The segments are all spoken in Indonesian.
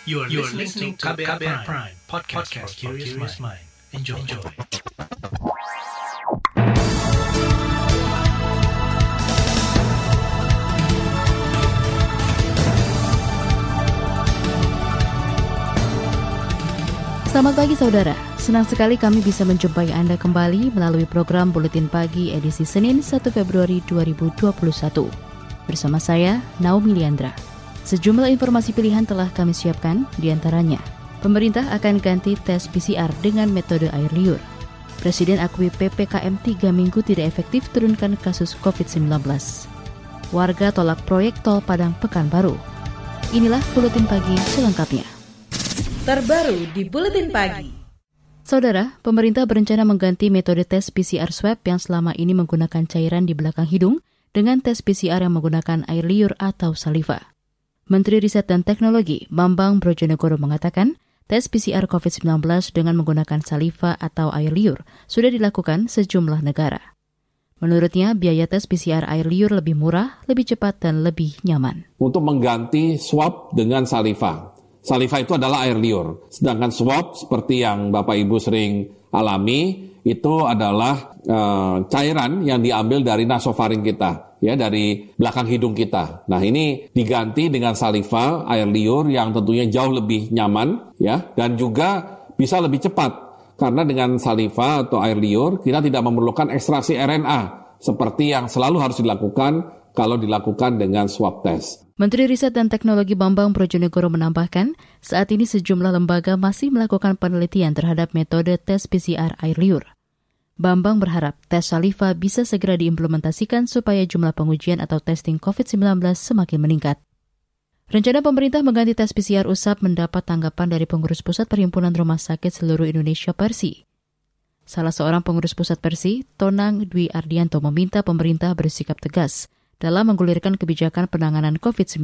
You are listening to KBR Prime, podcast for curious mind. Enjoy. Selamat pagi saudara, senang sekali kami bisa menjumpai Anda kembali melalui program Buletin Pagi edisi Senin 1 Februari 2021. Bersama saya, Naomi Liandra. Sejumlah informasi pilihan telah kami siapkan, diantaranya pemerintah akan ganti tes PCR dengan metode air liur. Presiden akui PPKM 3 minggu tidak efektif turunkan kasus COVID-19. Warga tolak proyek tol Padang Pekanbaru. Inilah Buletin Pagi selengkapnya. Terbaru di Buletin Pagi. Saudara, pemerintah berencana mengganti metode tes PCR swab yang selama ini menggunakan cairan di belakang hidung dengan tes PCR yang menggunakan air liur atau saliva. Menteri Riset dan Teknologi Bambang Brojonegoro mengatakan, tes PCR COVID-19 dengan menggunakan saliva atau air liur sudah dilakukan sejumlah negara. Menurutnya, biaya tes PCR air liur lebih murah, lebih cepat, dan lebih nyaman. Untuk mengganti swab dengan saliva. Saliva itu adalah air liur. Sedangkan swab seperti yang Bapak Ibu sering alami, itu adalah cairan yang diambil dari nasofaring kita, ya, dari belakang hidung kita. Nah, ini diganti dengan saliva, air liur yang tentunya jauh lebih nyaman, ya, dan juga bisa lebih cepat. Karena dengan saliva atau air liur, kita tidak memerlukan ekstraksi RNA, seperti yang selalu harus dilakukan kalau dilakukan dengan swab test. Menteri Riset dan Teknologi Bambang Brojonegoro menambahkan, saat ini sejumlah lembaga masih melakukan penelitian terhadap metode tes PCR air liur. Bambang berharap tes saliva bisa segera diimplementasikan supaya jumlah pengujian atau testing COVID-19 semakin meningkat. Rencana pemerintah mengganti tes PCR usap mendapat tanggapan dari pengurus pusat Perhimpunan Rumah Sakit Seluruh Indonesia Persi. Salah seorang pengurus pusat Persi, Tonang Dwi Ardianto, meminta pemerintah bersikap tegas dalam menggulirkan kebijakan penanganan COVID-19.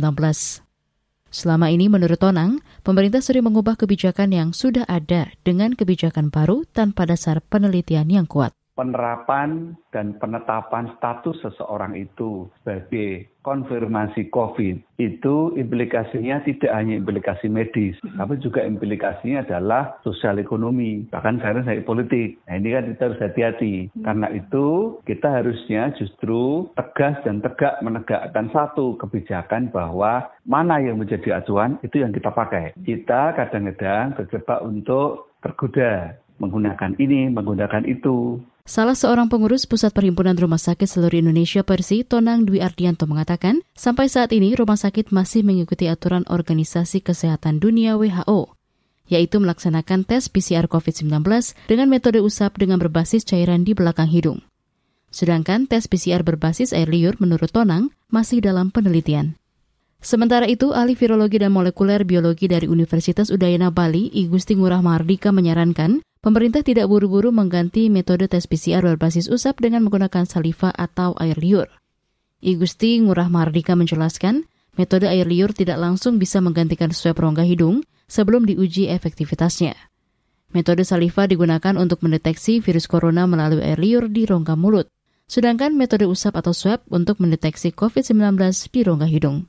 Selama ini, menurut Tonang, pemerintah sering mengubah kebijakan yang sudah ada dengan kebijakan baru tanpa dasar penelitian yang kuat. Penerapan dan penetapan status seseorang itu sebagai konfirmasi COVID itu implikasinya tidak hanya implikasi medis, tapi juga implikasinya adalah sosial ekonomi, bahkan sekarang dari politik. Nah, ini kan kita harus hati-hati. Karena itu kita harusnya justru tegas dan tegak menegakkan satu kebijakan bahwa mana yang menjadi acuan itu yang kita pakai. Kita kadang-kadang terjebak untuk tergoda menggunakan ini, menggunakan itu. Salah seorang pengurus Pusat Perhimpunan Rumah Sakit Seluruh Indonesia Persi, Tonang Dwi Ardianto, mengatakan, sampai saat ini rumah sakit masih mengikuti aturan Organisasi Kesehatan Dunia WHO, yaitu melaksanakan tes PCR COVID-19 dengan metode usap dengan berbasis cairan di belakang hidung. Sedangkan tes PCR berbasis air liur menurut Tonang masih dalam penelitian. Sementara itu, ahli virologi dan molekuler biologi dari Universitas Udayana Bali, I Gusti Ngurah Mahardika, menyarankan pemerintah tidak buru-buru mengganti metode tes PCR berbasis usap dengan menggunakan saliva atau air liur. I Gusti Ngurah Mahardika menjelaskan, metode air liur tidak langsung bisa menggantikan swab rongga hidung sebelum diuji efektivitasnya. Metode saliva digunakan untuk mendeteksi virus corona melalui air liur di rongga mulut. Sedangkan metode usap atau swab untuk mendeteksi COVID-19 di rongga hidung.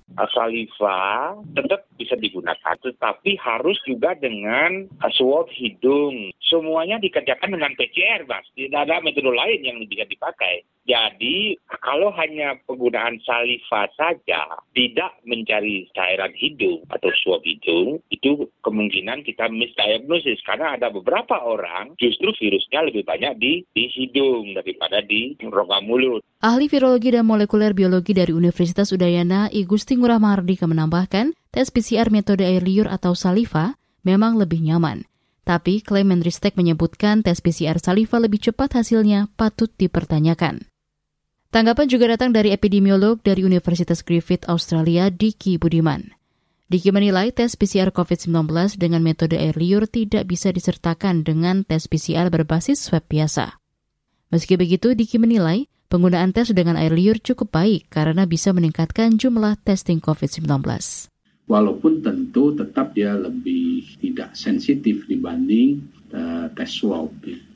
Saliva tetap bisa digunakan, tetapi harus juga dengan swab hidung. Semuanya dikerjakan dengan PCR, Mas. Tidak ada metode lain yang bisa dipakai. Jadi, kalau hanya penggunaan saliva saja, tidak mencari cairan hidung atau swab hidung, itu kemungkinan kita misdiagnosis. Karena ada beberapa orang justru virusnya lebih banyak di hidung daripada di rongga mulut. Ahli virologi dan molekuler biologi dari Universitas Udayana, I Gusti Ngurah Mahardika, menambahkan, tes PCR metode air liur atau saliva memang lebih nyaman. Tapi klaim Menristek menyebutkan tes PCR saliva lebih cepat hasilnya patut dipertanyakan. Tanggapan juga datang dari epidemiolog dari Universitas Griffith Australia, Diki Budiman. Diki menilai tes PCR COVID-19 dengan metode air liur tidak bisa disertakan dengan tes PCR berbasis swab biasa. Meski begitu, Diki menilai penggunaan tes dengan air liur cukup baik karena bisa meningkatkan jumlah testing COVID-19. Walaupun tentu tetap dia lebih tidak sensitif dibanding tes swab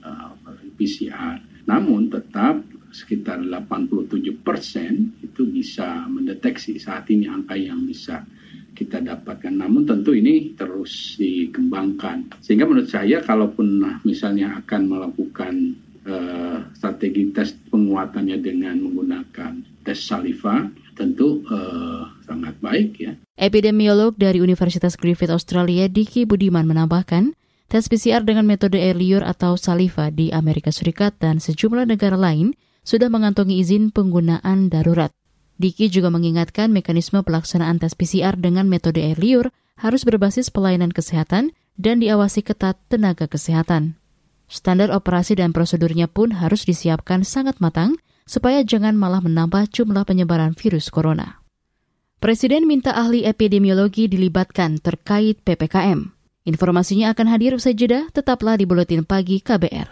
PCR. Namun tetap sekitar 87% itu bisa mendeteksi saat ini angka yang bisa kita dapatkan. Namun tentu ini terus dikembangkan. Sehingga menurut saya kalaupun misalnya akan melakukan strategi tes penguatannya dengan menggunakan tes saliva, tentu sangat baik ya. Epidemiolog dari Universitas Griffith Australia, Diki Budiman menambahkan, tes PCR dengan metode air liur atau saliva di Amerika Serikat dan sejumlah negara lain sudah mengantongi izin penggunaan darurat. Diki juga mengingatkan mekanisme pelaksanaan tes PCR dengan metode air liur harus berbasis pelayanan kesehatan dan diawasi ketat tenaga kesehatan. Standar operasi dan prosedurnya pun harus disiapkan sangat matang supaya jangan malah menambah jumlah penyebaran virus corona. Presiden minta ahli epidemiologi dilibatkan terkait PPKM. Informasinya akan hadir usai jeda, tetaplah di Buletin Pagi KBR.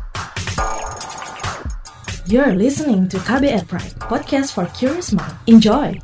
You're listening to KBR Pride, podcast for curious mind. Enjoy!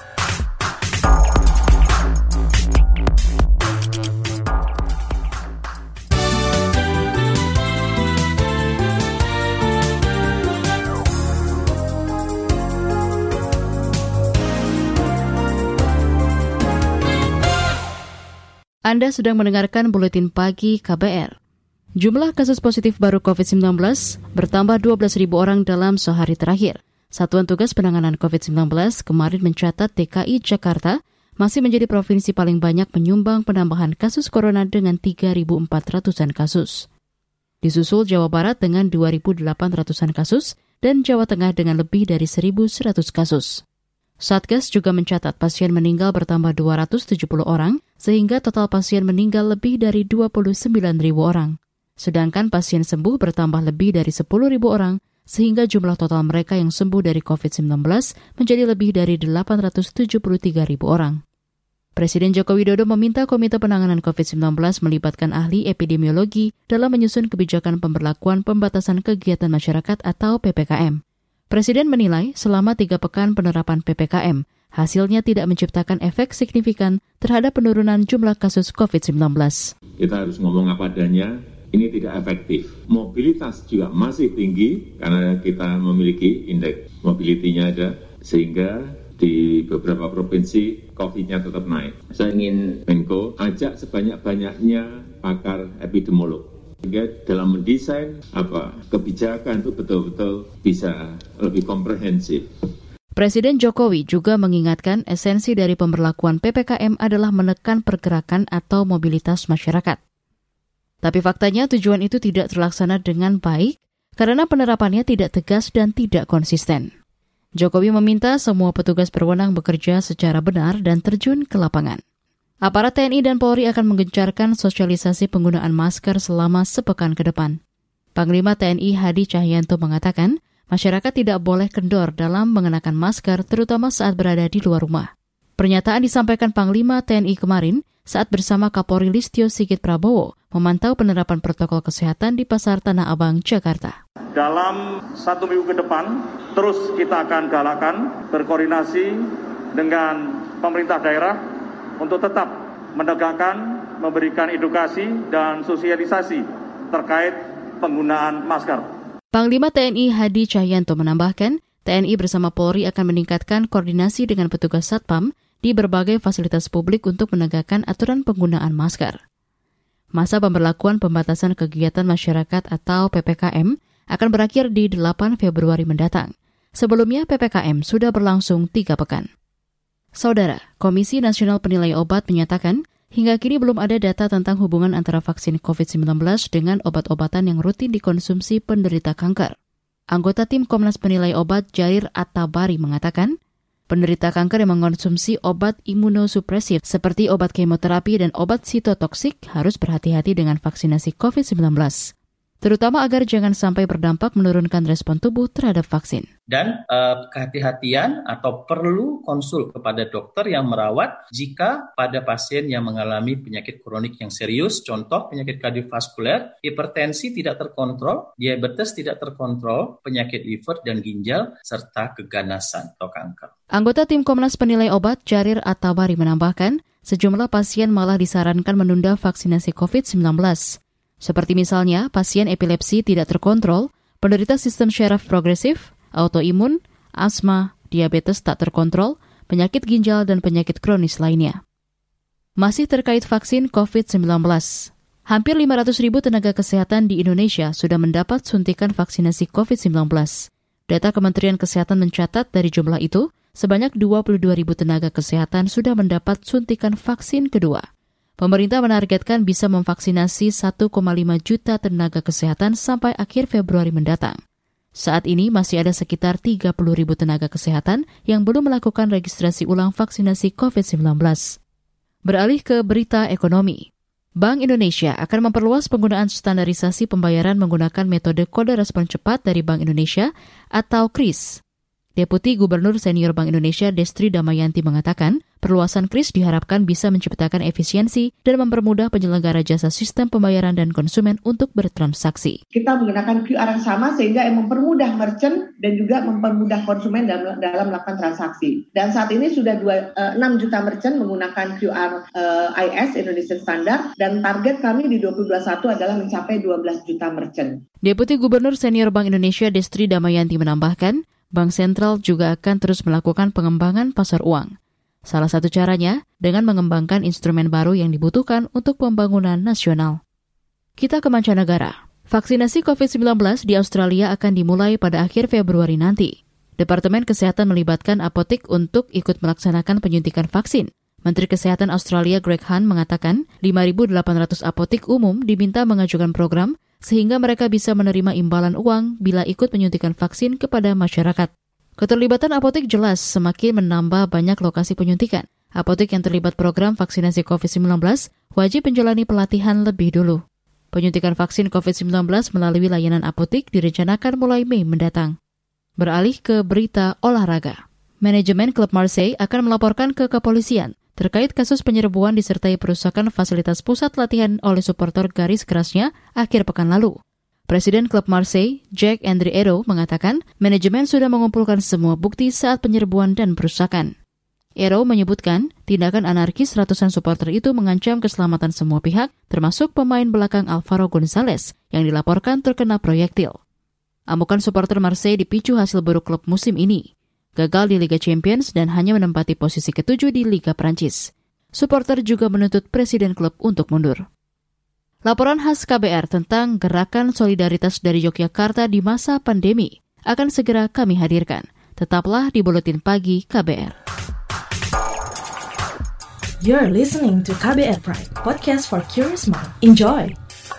Anda sedang mendengarkan Buletin Pagi KBR. Jumlah kasus positif baru COVID-19 bertambah 12.000 orang dalam sehari terakhir. Satuan Tugas Penanganan COVID-19 kemarin mencatat DKI Jakarta masih menjadi provinsi paling banyak menyumbang penambahan kasus corona dengan 3.400-an kasus. Disusul Jawa Barat dengan 2.800-an kasus dan Jawa Tengah dengan lebih dari 1.100 kasus. Satgas juga mencatat pasien meninggal bertambah 270 orang, sehingga total pasien meninggal lebih dari 29.000 orang. Sedangkan pasien sembuh bertambah lebih dari 10.000 orang, sehingga jumlah total mereka yang sembuh dari COVID-19 menjadi lebih dari 873.000 orang. Presiden Joko Widodo meminta Komite Penanganan COVID-19 melibatkan ahli epidemiologi dalam menyusun kebijakan pemberlakuan pembatasan kegiatan masyarakat atau PPKM. Presiden menilai selama 3 pekan penerapan PPKM, hasilnya tidak menciptakan efek signifikan terhadap penurunan jumlah kasus COVID-19. Kita harus ngomong apa adanya, ini tidak efektif. Mobilitas juga masih tinggi karena kita memiliki indeks mobility-nya ada, sehingga di beberapa provinsi COVID-nya tetap naik. Saya ingin Menko ajak sebanyak-banyaknya pakar epidemiolog. Sehingga dalam mendesain kebijakan itu betul-betul bisa lebih komprehensif. Presiden Jokowi juga mengingatkan esensi dari pemberlakuan PPKM adalah menekan pergerakan atau mobilitas masyarakat. Tapi faktanya tujuan itu tidak terlaksana dengan baik karena penerapannya tidak tegas dan tidak konsisten. Jokowi meminta semua petugas berwenang bekerja secara benar dan terjun ke lapangan. Aparat TNI dan Polri akan menggencarkan sosialisasi penggunaan masker selama sepekan ke depan. Panglima TNI Hadi Cahyanto mengatakan, masyarakat tidak boleh kendor dalam mengenakan masker, terutama saat berada di luar rumah. Pernyataan disampaikan Panglima TNI kemarin saat bersama Kapolri Listio Sigit Prabowo memantau penerapan protokol kesehatan di Pasar Tanah Abang, Jakarta. Dalam 1 minggu ke depan, terus kita akan galakkan berkoordinasi dengan pemerintah daerah untuk tetap menegakkan, memberikan edukasi dan sosialisasi terkait penggunaan masker. Panglima TNI Hadi Cahyanto menambahkan, TNI bersama Polri akan meningkatkan koordinasi dengan petugas Satpam di berbagai fasilitas publik untuk menegakkan aturan penggunaan masker. Masa pemberlakuan pembatasan kegiatan masyarakat atau PPKM akan berakhir di 8 Februari mendatang. Sebelumnya PPKM sudah berlangsung 3 pekan. Saudara, Komisi Nasional Penilai Obat menyatakan, hingga kini belum ada data tentang hubungan antara vaksin COVID-19 dengan obat-obatan yang rutin dikonsumsi penderita kanker. Anggota tim Komnas Penilai Obat Jarir At-Tabari mengatakan, penderita kanker yang mengonsumsi obat imunosupresif seperti obat kemoterapi dan obat sitotoksik harus berhati-hati dengan vaksinasi COVID-19. Terutama agar jangan sampai berdampak menurunkan respon tubuh terhadap vaksin. Dan kehati-hatian atau perlu konsul kepada dokter yang merawat jika pada pasien yang mengalami penyakit kronik yang serius, contoh penyakit kardiovaskuler, hipertensi tidak terkontrol, diabetes tidak terkontrol, penyakit liver dan ginjal, serta keganasan atau kanker. Anggota tim Komnas Penilai Obat Jarir At-Tabari menambahkan, sejumlah pasien malah disarankan menunda vaksinasi COVID-19. Seperti misalnya, pasien epilepsi tidak terkontrol, penderita sistem syaraf progresif, autoimun, asma, diabetes tak terkontrol, penyakit ginjal, dan penyakit kronis lainnya. Masih terkait vaksin COVID-19. Hampir 500.000 tenaga kesehatan di Indonesia sudah mendapat suntikan vaksinasi COVID-19. Data Kementerian Kesehatan mencatat dari jumlah itu, sebanyak 22.000 tenaga kesehatan sudah mendapat suntikan vaksin kedua. Pemerintah menargetkan bisa memvaksinasi 1,5 juta tenaga kesehatan sampai akhir Februari mendatang. Saat ini masih ada sekitar 30.000 tenaga kesehatan yang belum melakukan registrasi ulang vaksinasi COVID-19. Beralih ke berita ekonomi. Bank Indonesia akan memperluas penggunaan standarisasi pembayaran menggunakan metode kode respon cepat dari Bank Indonesia atau KRIS. Deputi Gubernur Senior Bank Indonesia Destri Damayanti mengatakan, perluasan KRIS diharapkan bisa menciptakan efisiensi dan mempermudah penyelenggara jasa sistem pembayaran dan konsumen untuk bertransaksi. Kita menggunakan QR yang sama sehingga mempermudah merchant dan juga mempermudah konsumen dalam melakukan transaksi. Dan saat ini sudah 6 juta merchant menggunakan QR IS Indonesian Standard dan target kami di 2021 adalah mencapai 12 juta merchant. Deputi Gubernur Senior Bank Indonesia Destri Damayanti menambahkan, Bank Sentral juga akan terus melakukan pengembangan pasar uang. Salah satu caranya dengan mengembangkan instrumen baru yang dibutuhkan untuk pembangunan nasional. Kita ke mancanegara. Vaksinasi COVID-19 di Australia akan dimulai pada akhir Februari nanti. Departemen Kesehatan melibatkan apotek untuk ikut melaksanakan penyuntikan vaksin. Menteri Kesehatan Australia Greg Hunt mengatakan 5.800 apotek umum diminta mengajukan program sehingga mereka bisa menerima imbalan uang bila ikut penyuntikan vaksin kepada masyarakat. Keterlibatan apotek jelas semakin menambah banyak lokasi penyuntikan. Apotek yang terlibat program vaksinasi COVID-19 wajib menjalani pelatihan lebih dulu. Penyuntikan vaksin COVID-19 melalui layanan apotek direncanakan mulai Mei mendatang. Beralih ke berita olahraga. Manajemen klub Marseille akan melaporkan ke kepolisian terkait kasus penyerbuan disertai perusakan fasilitas pusat latihan oleh supporter garis kerasnya akhir pekan lalu. Presiden klub Marseille, Jacques-André Hérault, mengatakan manajemen sudah mengumpulkan semua bukti saat penyerbuan dan perusakan. Hérault menyebutkan tindakan anarkis ratusan supporter itu mengancam keselamatan semua pihak, termasuk pemain belakang Alvaro González yang dilaporkan terkena proyektil. Amukan supporter Marseille dipicu hasil buruk klub musim ini. Gagal di Liga Champions dan hanya menempati posisi ke-7 di Liga Prancis. Supporter juga menuntut presiden klub untuk mundur. Laporan khas KBR tentang gerakan solidaritas dari Yogyakarta di masa pandemi akan segera kami hadirkan. Tetaplah di Buletin Pagi KBR. You're listening to KBR Pride, podcast for curious mind. Enjoy!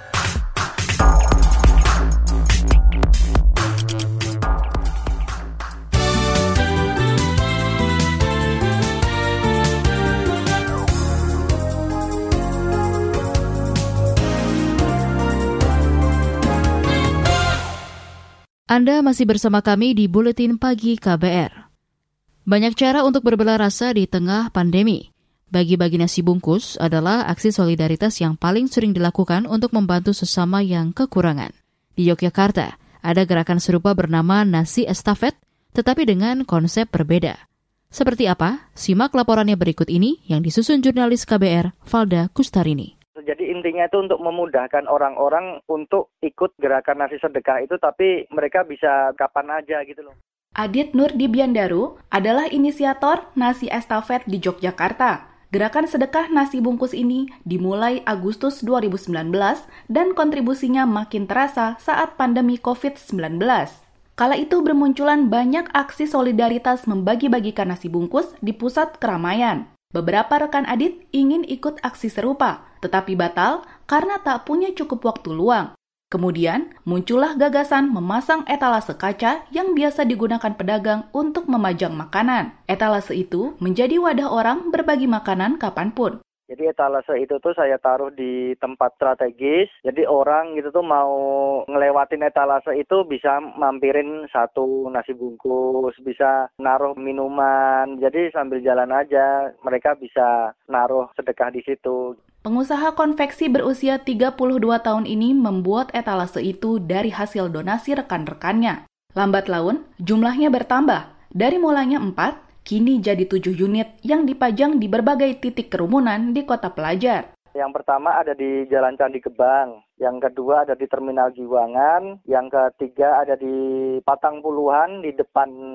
Anda masih bersama kami di Buletin Pagi KBR. Banyak cara untuk berbelah rasa di tengah pandemi. Bagi-bagi nasi bungkus adalah aksi solidaritas yang paling sering dilakukan untuk membantu sesama yang kekurangan. Di Yogyakarta, ada gerakan serupa bernama nasi estafet, tetapi dengan konsep berbeda. Seperti apa? Simak laporannya berikut ini yang disusun jurnalis KBR, Valda Kustarini. Jadi intinya itu untuk memudahkan orang-orang untuk ikut gerakan nasi sedekah itu, tapi mereka bisa kapan aja gitu loh. Adit Nur Dibiandaru adalah inisiator nasi estafet di Yogyakarta. Gerakan sedekah nasi bungkus ini dimulai Agustus 2019 dan kontribusinya makin terasa saat pandemi COVID-19. Kala itu bermunculan banyak aksi solidaritas membagi-bagikan nasi bungkus di pusat keramaian. Beberapa rekan Adit ingin ikut aksi serupa, tetapi batal karena tak punya cukup waktu luang. Kemudian, muncullah gagasan memasang etalase kaca yang biasa digunakan pedagang untuk memajang makanan. Etalase itu menjadi wadah orang berbagi makanan kapanpun. Jadi etalase itu tuh saya taruh di tempat strategis, jadi orang gitu tuh mau ngelewatin etalase itu bisa mampirin satu nasi bungkus, bisa naruh minuman, jadi sambil jalan aja mereka bisa naruh sedekah di situ. Pengusaha konveksi berusia 32 tahun ini membuat etalase itu dari hasil donasi rekan-rekannya. Lambat laun, jumlahnya bertambah. Dari mulanya 4, kini jadi 7 unit yang dipajang di berbagai titik kerumunan di kota pelajar. Yang pertama ada di Jalan Candi Gebang, yang kedua ada di Terminal Giwangan, yang ketiga ada di Patang Puluhan di depan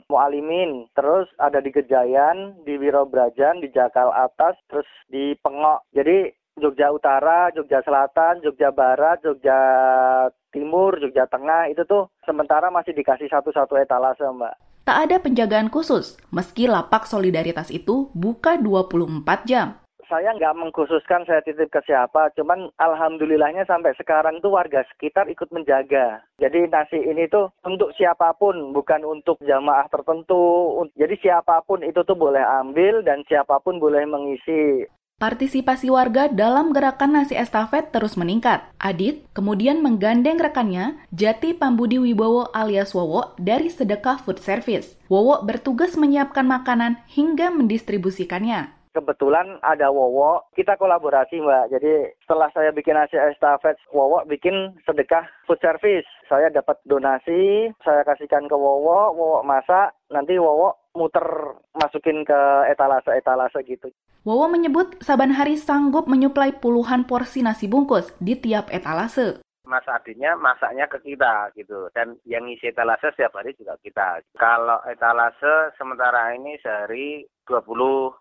Mualimin, terus ada di Gejayan, di Wirobrajan, di Jakal Atas, terus di Pengok. Jadi Jogja Utara, Jogja Selatan, Jogja Barat, Jogja Timur, Jogja Tengah, itu tuh sementara masih dikasih satu-satu etalase, Mbak. Tak ada penjagaan khusus, meski lapak solidaritas itu buka 24 jam. Saya nggak mengkhususkan saya titip ke siapa, cuman alhamdulillahnya sampai sekarang tuh warga sekitar ikut menjaga. Jadi nasi ini tuh untuk siapapun, bukan untuk jamaah tertentu. Jadi siapapun itu tuh boleh ambil dan siapapun boleh mengisi. Partisipasi warga dalam gerakan nasi estafet terus meningkat. Adit kemudian menggandeng rekannya, Jati Pambudi Wibowo alias Wowo dari Sedekah Food Service. Wowo bertugas menyiapkan makanan hingga mendistribusikannya. Kebetulan ada Wowo, kita kolaborasi Mbak. Jadi setelah saya bikin nasi estafet, Wowo bikin Sedekah Food Service. Saya dapat donasi, saya kasihkan ke Wowo, Wowo masak, nanti Wowo muter masukin ke etalase-etalase gitu. Wowo menyebut saban hari sanggup menyuplai puluhan porsi nasi bungkus di tiap etalase. Mas Aditnya masaknya ke kita gitu, dan yang ngisi etalase setiap hari juga kita. Kalau etalase sementara ini sehari 20-15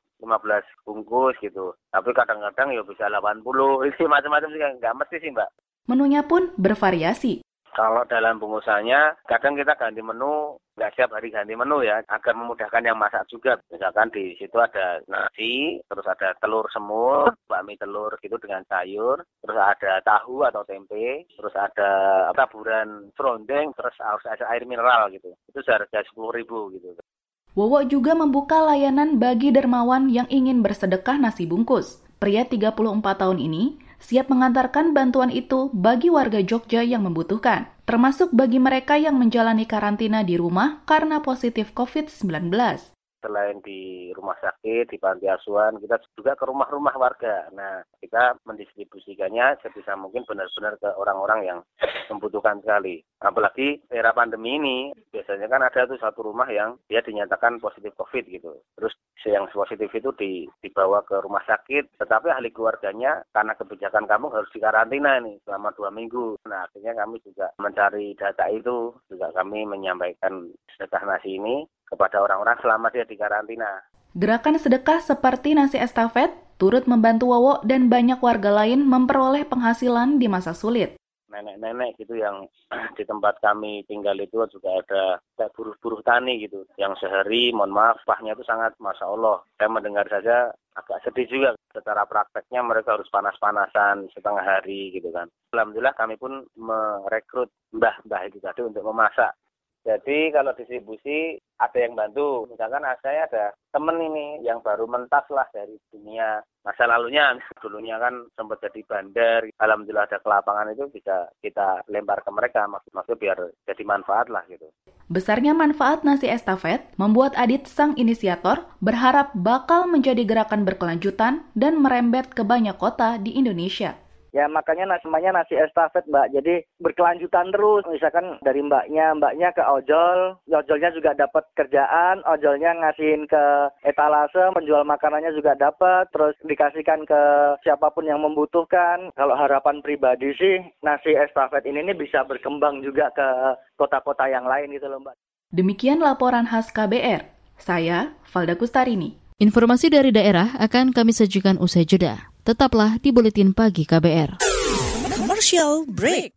bungkus gitu. Tapi kadang-kadang ya bisa 80, itu macam-macam sih, nggak mesti sih Mbak. Menunya pun bervariasi. Kalau dalam bungkusannya, kadang kita ganti menu, nggak setiap hari ganti menu ya, agar memudahkan yang masak juga. Misalkan di situ ada nasi, terus ada telur semur, bakmi telur gitu dengan sayur, terus ada tahu atau tempe, terus ada taburan serondeng, terus harus ada air mineral gitu. Itu seharga 10.000 gitu. Wowo juga membuka layanan bagi dermawan yang ingin bersedekah nasi bungkus. Pria 34 tahun ini siap mengantarkan bantuan itu bagi warga Jogja yang membutuhkan, termasuk bagi mereka yang menjalani karantina di rumah karena positif COVID-19. Selain di rumah sakit, di panti asuhan, kita juga ke rumah-rumah warga. Nah, kita mendistribusikannya sebisa mungkin benar-benar ke orang-orang yang membutuhkan sekali. Apalagi era pandemi ini, biasanya kan ada tuh satu rumah yang dia dinyatakan positif COVID gitu. Terus yang positif itu dibawa ke rumah sakit, tetapi ahli keluarganya karena kebijakan kamu harus dikarantina nih selama 2 minggu. Nah, akhirnya kami juga mencari data itu, juga kami menyampaikan sedekah nasi ini kepada orang-orang selama dia di karantina. Gerakan sedekah seperti nasi estafet turut membantu Wowo dan banyak warga lain memperoleh penghasilan di masa sulit. Nenek-nenek gitu yang di tempat kami tinggal itu juga ada buruh-buruh tani gitu, yang sehari, mohon maaf, upahnya itu sangat Masya Allah. Saya mendengar saja agak sedih juga, secara prakteknya mereka harus panas-panasan setengah hari gitu kan. Alhamdulillah kami pun merekrut mbah-mbah itu tadi untuk memasak. Jadi kalau distribusi ada yang bantu. Misalkan saya ada temen ini yang baru mentas lah dari dunia masa lalunya. Dulunya kan sempat jadi bandar. Alhamdulillah ada kelapangan itu bisa kita lempar ke mereka. Maksudnya biar jadi manfaat lah gitu. Besarnya manfaat nasi estafet membuat Adit sang inisiator berharap bakal menjadi gerakan berkelanjutan dan merembet ke banyak kota di Indonesia. Ya makanya namanya nasi estafet Mbak, jadi berkelanjutan terus. Misalkan dari mbaknya ke ojol, ojolnya juga dapat kerjaan, ojolnya ngasihin ke etalase, penjual makanannya juga dapat, terus dikasihkan ke siapapun yang membutuhkan. Kalau harapan pribadi sih, nasi estafet ini bisa berkembang juga ke kota-kota yang lain gitu loh Mbak. Demikian laporan khas KBR. Saya, Valda Kustarini. Informasi dari daerah akan kami sajikan usai jeda. Tetaplah di Buletin Pagi KBR. Commercial break.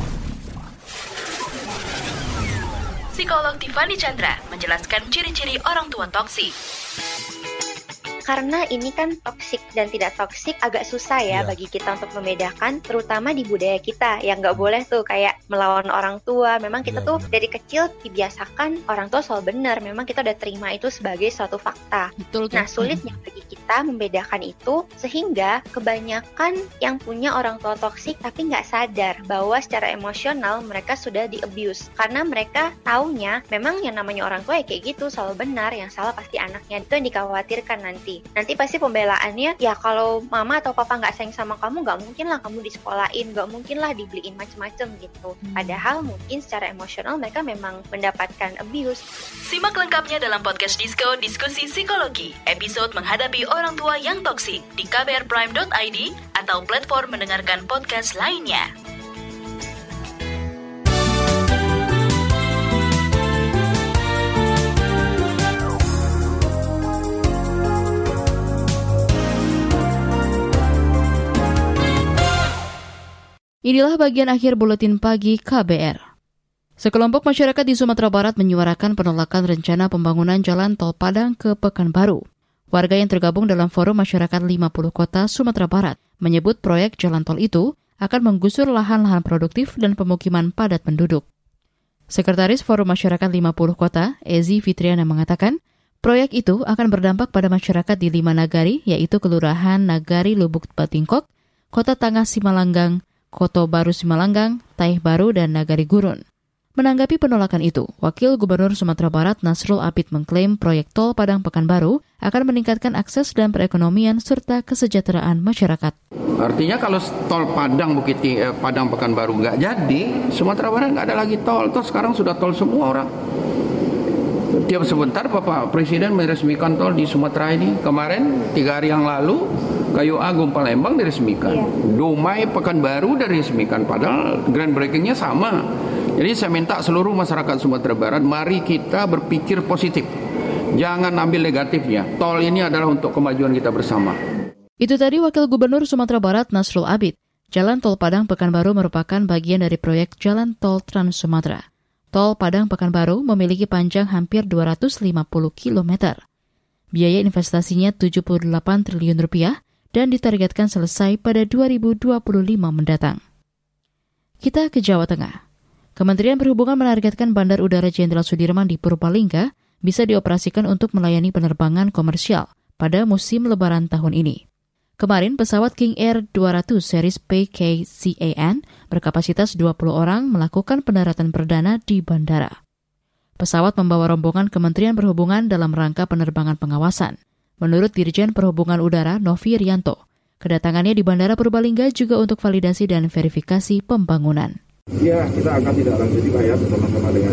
Psikolog Tiffany Chandra menjelaskan ciri-ciri orang tua toksik. Karena ini kan toksik dan tidak toksik agak susah ya bagi kita untuk membedakan, terutama di budaya kita yang nggak boleh tuh kayak melawan orang tua. Memang kita tuh dari kecil dibiasakan orang tua selalu benar. Memang kita udah terima itu sebagai suatu fakta. Betul, nah sulitnya bagi kita membedakan itu sehingga kebanyakan yang punya orang tua toksik tapi nggak sadar bahwa secara emosional mereka sudah di-abuse. Karena mereka taunya memang yang namanya orang tua ya kayak gitu selalu benar, yang salah pasti anaknya. Itu yang dikhawatirkan nanti pasti pembelaannya ya kalau mama atau papa nggak sayang sama kamu nggak mungkin lah kamu disekolahin, nggak mungkin lah dibeliin macem-macem gitu. Padahal mungkin secara emosional mereka memang mendapatkan abuse. Simak lengkapnya dalam podcast Disko Diskusi Psikologi, episode menghadapi orang tua yang toksik di kbrprime.id atau platform mendengarkan podcast lainnya. Inilah bagian akhir buletin pagi KBR. Sekelompok masyarakat di Sumatera Barat menyuarakan penolakan rencana pembangunan jalan tol Padang ke Pekanbaru. Warga yang tergabung dalam Forum Masyarakat 50 Kota Sumatera Barat menyebut proyek jalan tol itu akan menggusur lahan-lahan produktif dan pemukiman padat penduduk. Sekretaris Forum Masyarakat 50 Kota, Ezi Fitriana mengatakan, proyek itu akan berdampak pada masyarakat di 5 nagari, yaitu Kelurahan Nagari Lubuk Batingkok, Kota Tangah Simalanggang, Koto Baru Simalanggang, Taih Baru, dan Nagari Gurun. Menanggapi penolakan itu, Wakil Gubernur Sumatera Barat Nasrul Abid mengklaim proyek tol Padang Pekanbaru akan meningkatkan akses dan perekonomian serta kesejahteraan masyarakat. Artinya kalau tol Padang Padang Pekanbaru nggak jadi, Sumatera Barat nggak ada lagi tol. Tol sekarang sudah tol semua orang. Tiap sebentar Bapak Presiden meresmikan tol di Sumatera ini. Kemarin 3 hari yang lalu Kayu Agung Palembang diresmikan. Dumai Pekanbaru diresmikan. Padahal groundbreaking-nya sama. Jadi saya minta seluruh masyarakat Sumatera Barat, mari kita berpikir positif. Jangan ambil negatifnya. Tol ini adalah untuk kemajuan kita bersama. Itu tadi Wakil Gubernur Sumatera Barat Nasrul Abid. Jalan tol Padang Pekanbaru merupakan bagian dari proyek Jalan Tol Trans Sumatera. Tol Padang Pekanbaru memiliki panjang hampir 250 km. Biaya investasinya 78 triliun rupiah dan ditargetkan selesai pada 2025 mendatang. Kita ke Jawa Tengah. Kementerian Perhubungan menargetkan Bandar Udara Jenderal Sudirman di Purbalingga bisa dioperasikan untuk melayani penerbangan komersial pada musim Lebaran tahun ini. Kemarin, pesawat King Air 200 series PKCAN berkapasitas 20 orang melakukan pendaratan perdana di bandara. Pesawat membawa rombongan Kementerian Perhubungan dalam rangka penerbangan pengawasan. Menurut Dirjen Perhubungan Udara Novi Rianto, kedatangannya di Bandara Purbalingga juga untuk validasi dan verifikasi pembangunan. Ya, kita akan tidak lanjuti Pak ya bersama-sama dengan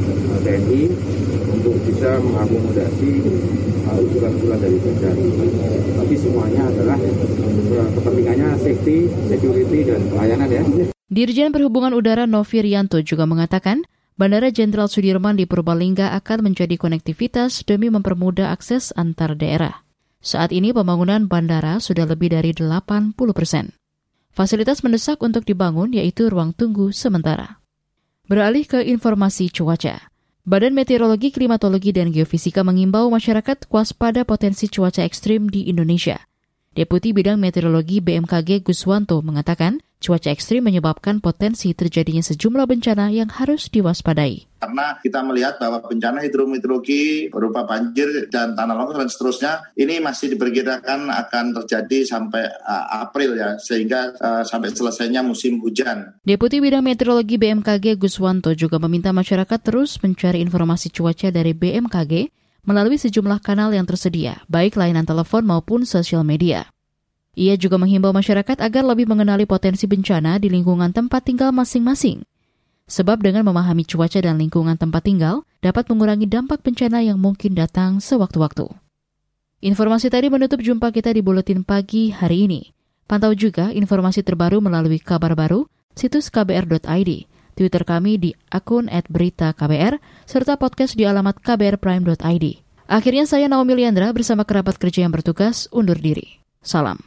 TNI untuk bisa mengakomodasi usulan-usulan dari Bandara. Tapi semuanya adalah kepentingannya safety, security, dan pelayanan ya. Dirjen Perhubungan Udara Novi Rianto juga mengatakan, Bandara Jenderal Sudirman di Purbalingga akan menjadi konektivitas demi mempermudah akses antar daerah. Saat ini pembangunan bandara sudah lebih dari 80%. Fasilitas mendesak untuk dibangun yaitu ruang tunggu sementara. Beralih ke informasi cuaca. Badan Meteorologi, Klimatologi, dan Geofisika mengimbau masyarakat waspada potensi cuaca ekstrim di Indonesia. Deputi Bidang Meteorologi BMKG Guswanto mengatakan, cuaca ekstrim menyebabkan potensi terjadinya sejumlah bencana yang harus diwaspadai. Karena kita melihat bahwa bencana hidrometeorologi berupa banjir dan tanah longsor dan seterusnya, ini masih diperkirakan akan terjadi sampai April ya, sehingga sampai selesainya musim hujan. Deputi Bidang Meteorologi BMKG Guswanto juga meminta masyarakat terus mencari informasi cuaca dari BMKG melalui sejumlah kanal yang tersedia, baik layanan telepon maupun sosial media. Ia juga menghimbau masyarakat agar lebih mengenali potensi bencana di lingkungan tempat tinggal masing-masing. Sebab dengan memahami cuaca dan lingkungan tempat tinggal, dapat mengurangi dampak bencana yang mungkin datang sewaktu-waktu. Informasi tadi menutup jumpa kita di Buletin Pagi hari ini. Pantau juga informasi terbaru melalui kabar baru, situs kbr.id, Twitter kami di akun @beritaKBR, serta podcast di alamat kbrprime.id. Akhirnya saya Naomi Liandra bersama kerabat kerja yang bertugas undur diri. Salam.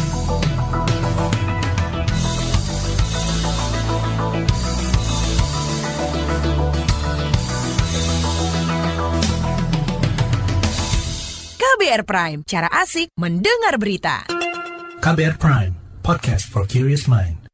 KBR Prime, cara asik mendengar berita. KBR Prime, podcast for curious mind.